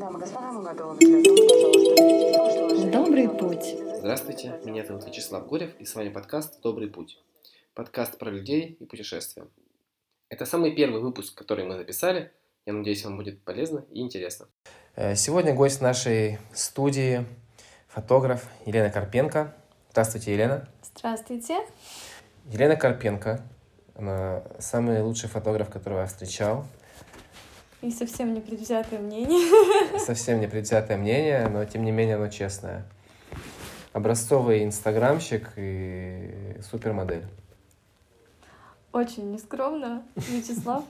Дамы и господа, мы готовы к лету. Пожалуйста, Добрый путь. Здравствуйте, меня зовут Вячеслав Гурев, и с вами подкаст «Добрый путь». Подкаст про людей и путешествия. Это самый первый выпуск, который мы записали. Я надеюсь, вам будет полезно и интересно. Сегодня гость нашей студии – фотограф Елена Карпенко. Здравствуйте, Елена. Здравствуйте. Елена Карпенко – она самый лучший фотограф, которого я встречал. И совсем непредвзятое мнение. Совсем непредвзятое мнение, но тем не менее оно честное. Образцовый инстаграмщик и супермодель. Очень нескромно, Вячеслав.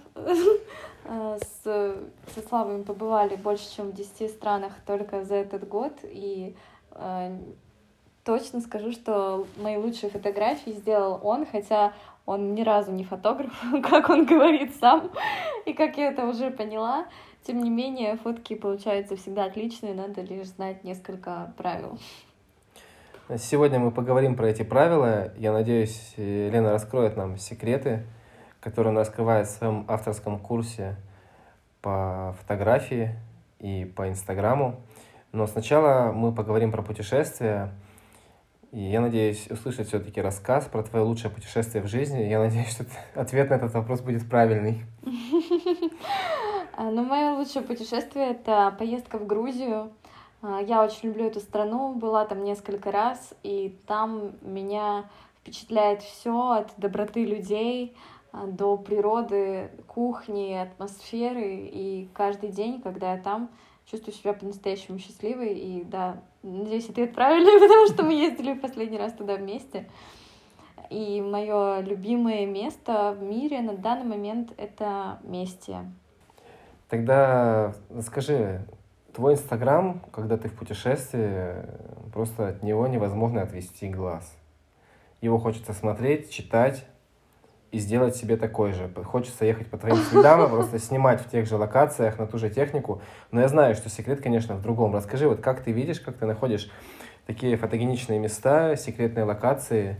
Со Славой мы побывали больше, чем в 10 странах только за этот год. И точно скажу, что мои лучшие фотографии сделал он, хотя он ни разу не фотограф, как он говорит сам, и как я это уже поняла. Тем не менее, фотки получаются всегда отличные, надо лишь знать несколько правил. Сегодня мы поговорим про эти правила. Я надеюсь, Лена раскроет нам секреты, которые она раскрывает в своем авторском курсе по фотографии и по Инстаграму. Но сначала мы поговорим про путешествия. И я надеюсь услышать все-таки рассказ про твое лучшее путешествие в жизни. Я надеюсь, что ответ на этот вопрос будет правильный. Ну, мое лучшее путешествие — это поездка в Грузию. Я очень люблю эту страну, была там несколько раз, и там меня впечатляет все от доброты людей до природы, кухни, атмосферы. И каждый день, когда я там, чувствую себя по-настоящему счастливой. И да, надеюсь, ответ правильный, потому что мы ездили в последний раз туда вместе. И мое любимое место в мире на данный момент — это Местия. Тогда скажи, твой Инстаграм, когда ты в путешествии, просто от него невозможно отвести глаз. Его хочется смотреть, читать и сделать себе такой же. Хочется ехать по твоим следам, просто снимать в тех же локациях, на ту же технику. Но я знаю, что секрет, конечно, в другом. Расскажи, вот как ты видишь, как ты находишь такие фотогеничные места, секретные локации?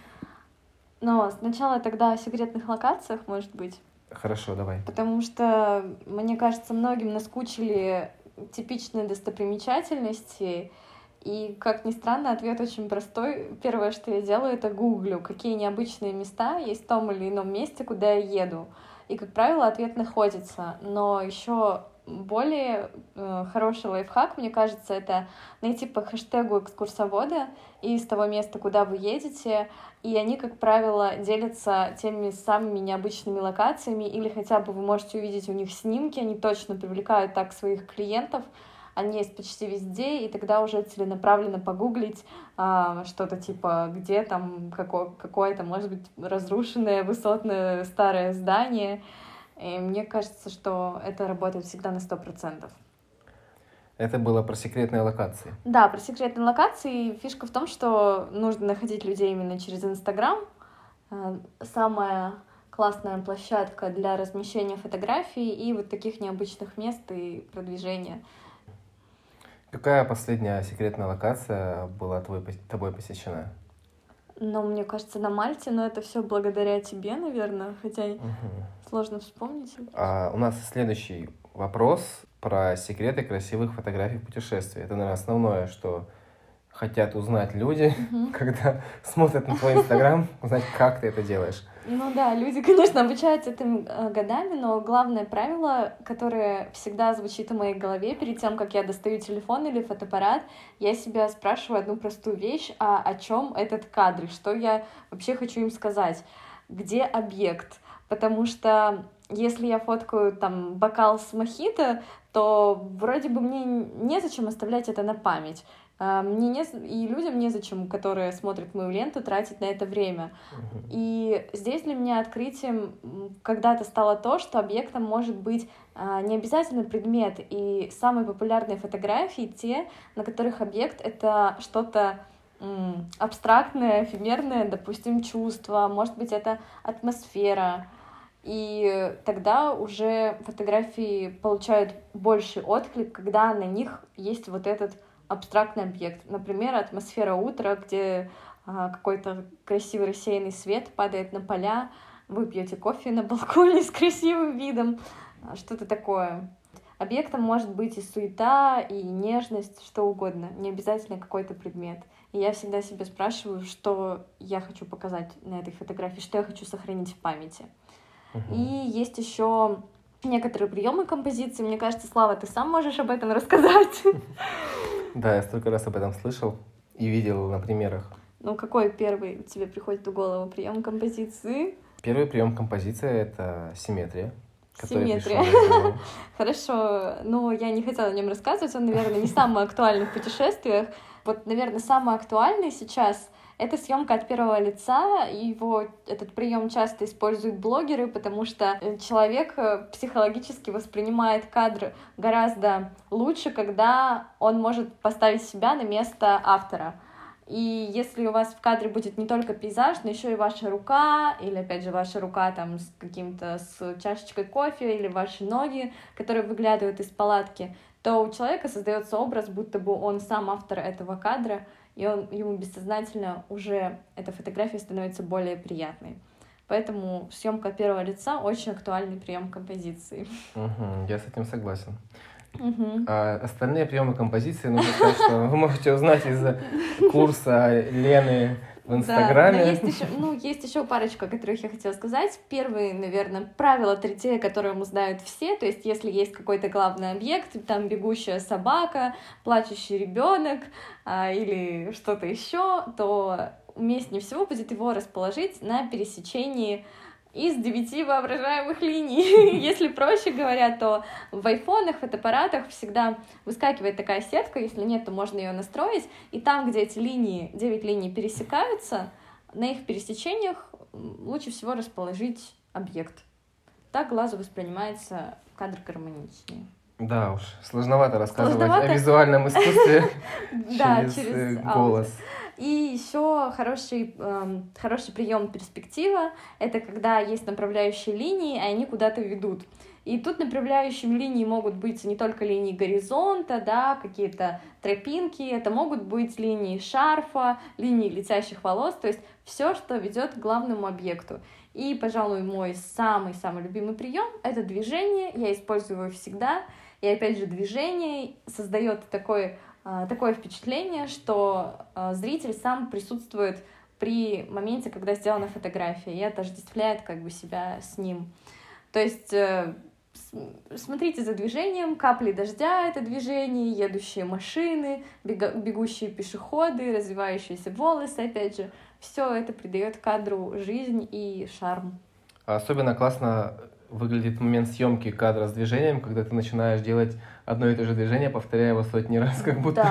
Но сначала тогда о секретных локациях, может быть. Хорошо, давай. Потому что, мне кажется, многим наскучили типичные достопримечательности. И, как ни странно, ответ очень простой. Первое, что я делаю, это гуглю, какие необычные места есть в том или ином месте, куда я еду. И, как правило, ответ находится. Но еще более хороший лайфхак, мне кажется, это найти по хэштегу экскурсовода из того места, куда вы едете, и они, как правило, делятся теми самыми необычными локациями, или хотя бы вы можете увидеть у них снимки, они точно привлекают так своих клиентов, они есть почти везде, и тогда уже целенаправленно погуглить что-то типа, где там какое-то, может быть, разрушенное высотное старое здание. И мне кажется, что это работает всегда на 100%. Это было про секретные локации. Да, про секретные локации. Фишка в том, что нужно находить людей именно через Инстаграм. Самая классная площадка для размещения фотографий и вот таких необычных мест и продвижения. Какая последняя секретная локация была тобой посещена? Ну, мне кажется, на Мальте, но это все благодаря тебе, наверное, хотя сложно вспомнить. У нас следующий вопрос про секреты красивых фотографий в путешествии. Это, наверное, основное, что хотят узнать люди, когда смотрят на твой Инстаграм, узнать, как ты это делаешь. Ну да, люди, конечно, обучаются этим годами, но главное правило, которое всегда звучит в моей голове перед тем, как я достаю телефон или фотоаппарат, я себя спрашиваю одну простую вещь: а о чем этот кадр, что я вообще хочу им сказать, где объект, потому что если я фоткаю там бокал с мохито, то вроде бы мне незачем оставлять это на память. И людям незачем, которые смотрят мою ленту, тратить на это время. И здесь для меня открытием когда-то стало то, что объектом может быть не обязательно предмет. И самые популярные фотографии те, на которых объект — это что-то абстрактное, эфемерное, допустим, чувство, может быть, это атмосфера. И тогда уже фотографии получают больший отклик, когда на них есть вот этот абстрактный объект. Например, атмосфера утра, где какой-то красивый рассеянный свет падает на поля, вы пьете кофе на балконе с красивым видом, что-то такое. Объектом может быть и суета, и нежность, что угодно, не обязательно какой-то предмет. И я всегда себя спрашиваю, что я хочу показать на этой фотографии, что я хочу сохранить в памяти. И есть еще некоторые приемы композиции. Мне кажется, Слава, ты сам можешь об этом рассказать. Да, я столько раз об этом слышал и видел на примерах. Ну, какой первый тебе приходит в голову прием композиции? Первый прием композиции — это симметрия. Симметрия. Хорошо, но я не хотела о нем рассказывать, он, наверное, не самый актуальный в путешествиях. Вот, наверное, самый актуальный сейчас — это съемка от первого лица. Этот прием часто используют блогеры, потому что человек психологически воспринимает кадр гораздо лучше, когда он может поставить себя на место автора. И если у вас в кадре будет не только пейзаж, но еще и ваша рука, или, опять же, ваша рука там с чашечкой кофе, или ваши ноги, которые выглядывают из палатки, то у человека создается образ, будто бы он сам автор этого кадра, и ему бессознательно уже эта фотография становится более приятной. Поэтому съемка от первого лица — очень актуальный прием композиции. Я с этим согласен. А остальные приемы композиции, нужно сказать, что вы можете узнать из курса Лены в Инстаграме. Да, есть еще парочка, о которых я хотела сказать. Первый, наверное, правило 3T, которое знают все. То есть, если есть какой-то главный объект, там бегущая собака, плачущий ребенок или что-то еще, то уместнее всего будет его расположить на пересечении из 9 воображаемых линий. Если проще говоря, то в айфонах, фотоаппаратах всегда выскакивает такая сетка, если нет, то можно ее настроить, и там, где эти 9 линий пересекаются, на их пересечениях лучше всего расположить объект. Так глазу воспринимается кадр гармоничнее. Да уж, сложновато рассказывать о визуальном искусстве через голос. И еще хороший прием перспектива — это когда есть направляющие линии, и они куда-то ведут. И тут направляющими линии могут быть не только линии горизонта, да, какие-то тропинки, это могут быть линии шарфа, линии летящих волос, то есть все, что ведет к главному объекту. И, пожалуй, мой самый-самый любимый прием — это движение, я использую его всегда. И опять же, движение создает такое впечатление, что зритель сам присутствует при моменте, когда сделана фотография, и отождествляет себя с ним. То есть смотрите за движением, капли дождя — это движение, едущие машины, бегущие пешеходы, развивающиеся волосы, опять же, все это придает кадру жизнь и шарм. Особенно классно выглядит момент съемки кадра с движением, когда ты начинаешь делать одно и то же движение, повторяя его сотни раз, как будто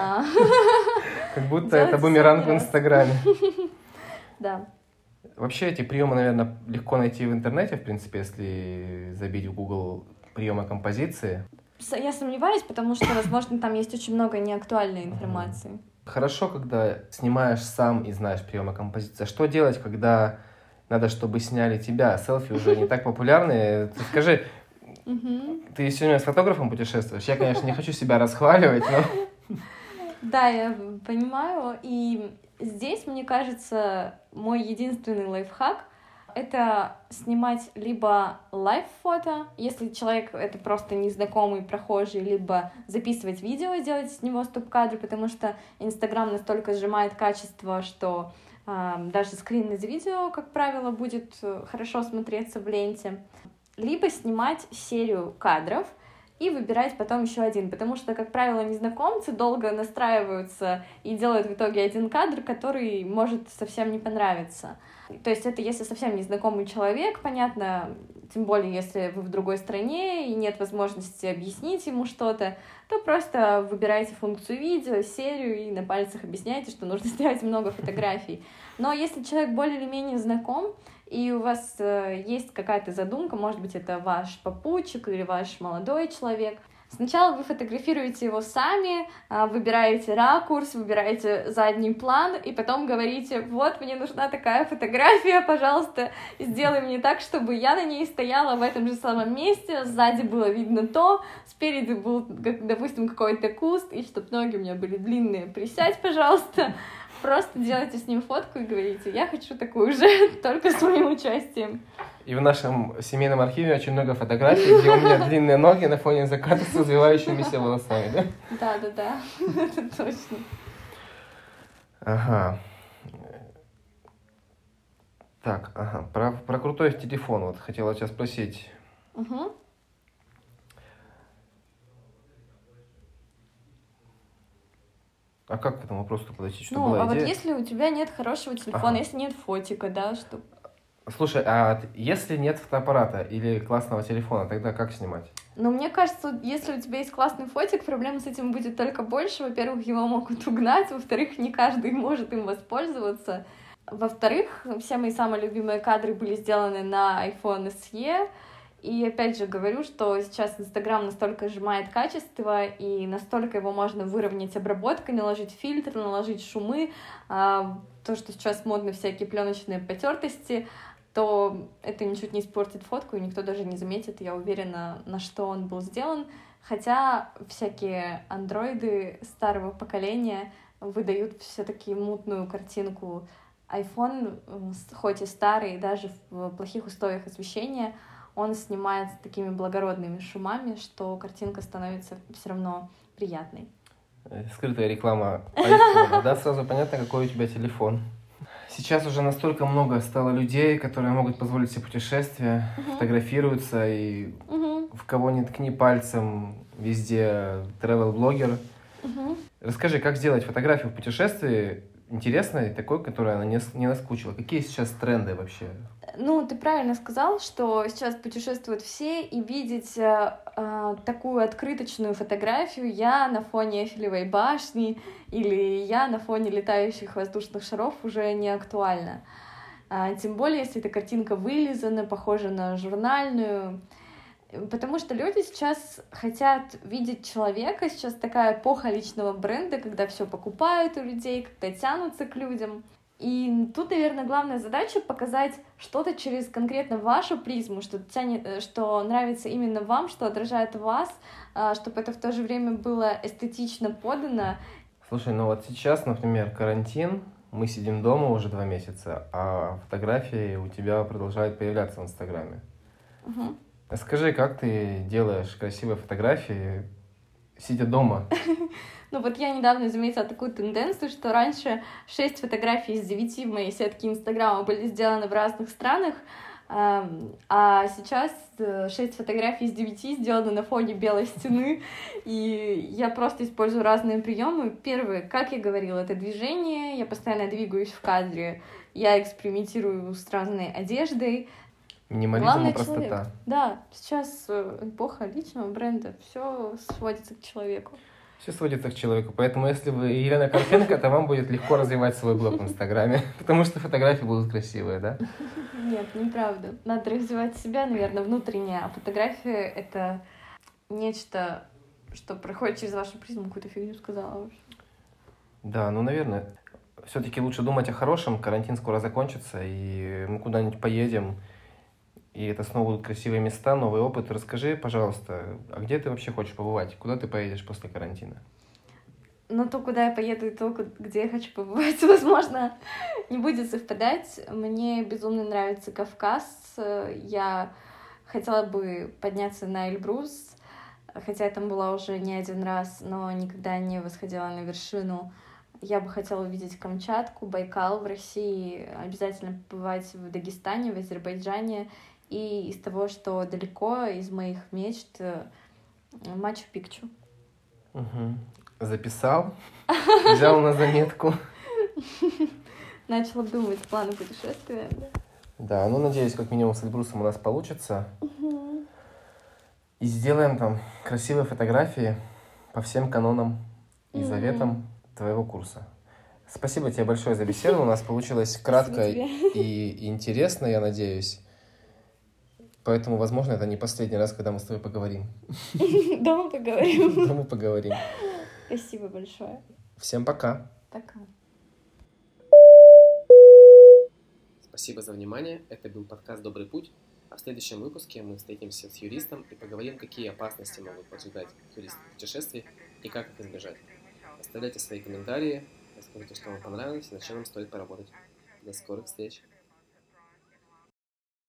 это бумеранг в Инстаграме. Да. Вообще эти приемы, наверное, легко найти в интернете, в принципе, если забить в Google приемы композиции. Я сомневаюсь, потому что, возможно, там есть очень много неактуальной информации. Хорошо, когда снимаешь сам и знаешь приемы композиции. Что делать, когда надо, чтобы сняли тебя? Селфи уже не так популярны. Ты скажи, ты сегодня с фотографом путешествуешь? Я, конечно, не хочу себя расхваливать, но... Да, я понимаю. И здесь, мне кажется, мой единственный лайфхак — это снимать либо лайв-фото, если человек — это просто незнакомый прохожий, либо записывать видео и делать с него стоп-кадры, потому что Инстаграм настолько сжимает качество, что даже скрин из видео, как правило, будет хорошо смотреться в ленте. Либо снимать серию кадров и выбирать потом еще один, потому что, как правило, незнакомцы долго настраиваются и делают в итоге один кадр, который может совсем не понравиться. То есть это если совсем незнакомый человек, понятно, тем более если вы в другой стране и нет возможности объяснить ему что-то, то просто выбирайте функцию видео, серию и на пальцах объясняйте, что нужно сделать много фотографий. Но если человек более или менее знаком, и у вас есть какая-то задумка, может быть, это ваш попутчик или ваш молодой человек, сначала вы фотографируете его сами, выбираете ракурс, выбираете задний план, и потом говорите: вот, мне нужна такая фотография, пожалуйста, сделай мне так, чтобы я на ней стояла в этом же самом месте, сзади было видно то, спереди был, допустим, какой-то куст, и чтобы ноги у меня были длинные, присядь, пожалуйста. Просто делайте с ним фотку и говорите: я хочу такую же, только с моим участием. И в нашем семейном архиве очень много фотографий, где у меня длинные ноги на фоне заката с развивающимися волосами, да? Да, это точно. Ага. Так, ага. Про крутой телефон вот хотела тебя спросить. Угу. А как к этому вопросу подойти? Что Ну, была а вот идея? если у тебя нет хорошего телефона, Ага. если нет фотика, да, что... Слушай, а если нет фотоаппарата или классного телефона, тогда как снимать? Но мне кажется, если у тебя есть классный фотик, проблем с этим будет только больше. Во-первых, его могут угнать, во-вторых, не каждый может им воспользоваться. Во-вторых, все мои самые любимые кадры были сделаны на iPhone SE. И опять же говорю, что сейчас Инстаграм настолько сжимает качество, и настолько его можно выровнять обработкой, наложить фильтр, наложить шумы, то, что сейчас модно всякие пленочные потертости, то это ничуть не испортит фотку, и никто даже не заметит, я уверена, на что он был сделан. Хотя всякие андроиды старого поколения выдают все-таки мутную картинку. iPhone, хоть и старый, даже в плохих условиях освещения, он снимает с такими благородными шумами, что картинка становится все равно приятной. Скрытая реклама iPhone, да? Сразу понятно, какой у тебя телефон. Сейчас уже настолько много стало людей, которые могут позволить себе путешествия, фотографируются, и в кого не ткни пальцем, везде travel-блогер. Расскажи, как сделать фотографию в путешествии интересной, такой, которая она не наскучила? Какие сейчас тренды вообще? Ну, ты правильно сказал, что сейчас путешествуют все, и видеть такую открыточную фотографию я на фоне Эйфелевой башни или я на фоне летающих воздушных шаров уже не актуально. Тем более, если эта картинка вылизана, похожа на журнальную. Потому что люди сейчас хотят видеть человека, сейчас такая эпоха личного бренда, когда все покупают у людей, когда тянутся к людям. И тут, наверное, главная задача — показать что-то через конкретно вашу призму, что тянет, что нравится именно вам, что отражает вас, чтобы это в то же время было эстетично подано. Слушай, ну вот сейчас, например, карантин, мы сидим дома уже 2 месяца, а фотографии у тебя продолжают появляться в Инстаграме. Угу. Скажи, как ты делаешь красивые фотографии, сидя дома? Ну вот я недавно заметила такую тенденцию, что раньше 6 фотографий из 9 в моей сетке Инстаграма были сделаны в разных странах, а сейчас 6 фотографий из 9 сделаны на фоне белой стены, и я просто использую разные приемы. Первый, как я говорила, это движение, я постоянно двигаюсь в кадре, я экспериментирую с разной одеждой. Минимализм и простота. Человек. Да, сейчас эпоха личного бренда, все сводится к человеку. Все сводится к человеку. Поэтому, если вы Елена Карпенко, то вам будет легко развивать свой блог в Инстаграме, потому что фотографии будут красивые, да? Нет, неправда. Надо развивать себя, наверное, внутренне, а фотография — это нечто, что проходит через вашу призму. Какую-то фигню сказала вообще. Да, ну, наверное, все-таки лучше думать о хорошем. Карантин скоро закончится, и мы куда-нибудь поедем, и это снова будут красивые места, новый опыт. Расскажи, пожалуйста, а где ты вообще хочешь побывать? Куда ты поедешь после карантина? Но то, куда я поеду, и то, где я хочу побывать, возможно, не будет совпадать. Мне безумно нравится Кавказ. Я хотела бы подняться на Эльбрус, хотя я там была уже не один раз, но никогда не восходила на вершину. Я бы хотела увидеть Камчатку, Байкал в России, обязательно побывать в Дагестане, в Азербайджане. И из того, что далеко, из моих мечт, Мачу-Пикчу. Угу. Записал, взял на заметку. Начала думать планы путешествия. Да, ну, надеюсь, как минимум с Эльбрусом у нас получится. И сделаем там красивые фотографии по всем канонам и заветам твоего курса. Спасибо тебе большое за беседу. У нас получилось кратко и интересно, я надеюсь. Поэтому, возможно, это не последний раз, когда мы с тобой поговорим. Дома поговорим. Дома поговорим. Спасибо большое. Всем пока. Пока. Спасибо за внимание. Это был подкаст «Добрый путь». А в следующем выпуске мы встретимся с юристом и поговорим, какие опасности могут поджидать туристов в путешествии и как их избежать. Оставляйте свои комментарии, расскажите, что вам понравилось и над чем вам стоит поработать. До скорых встреч!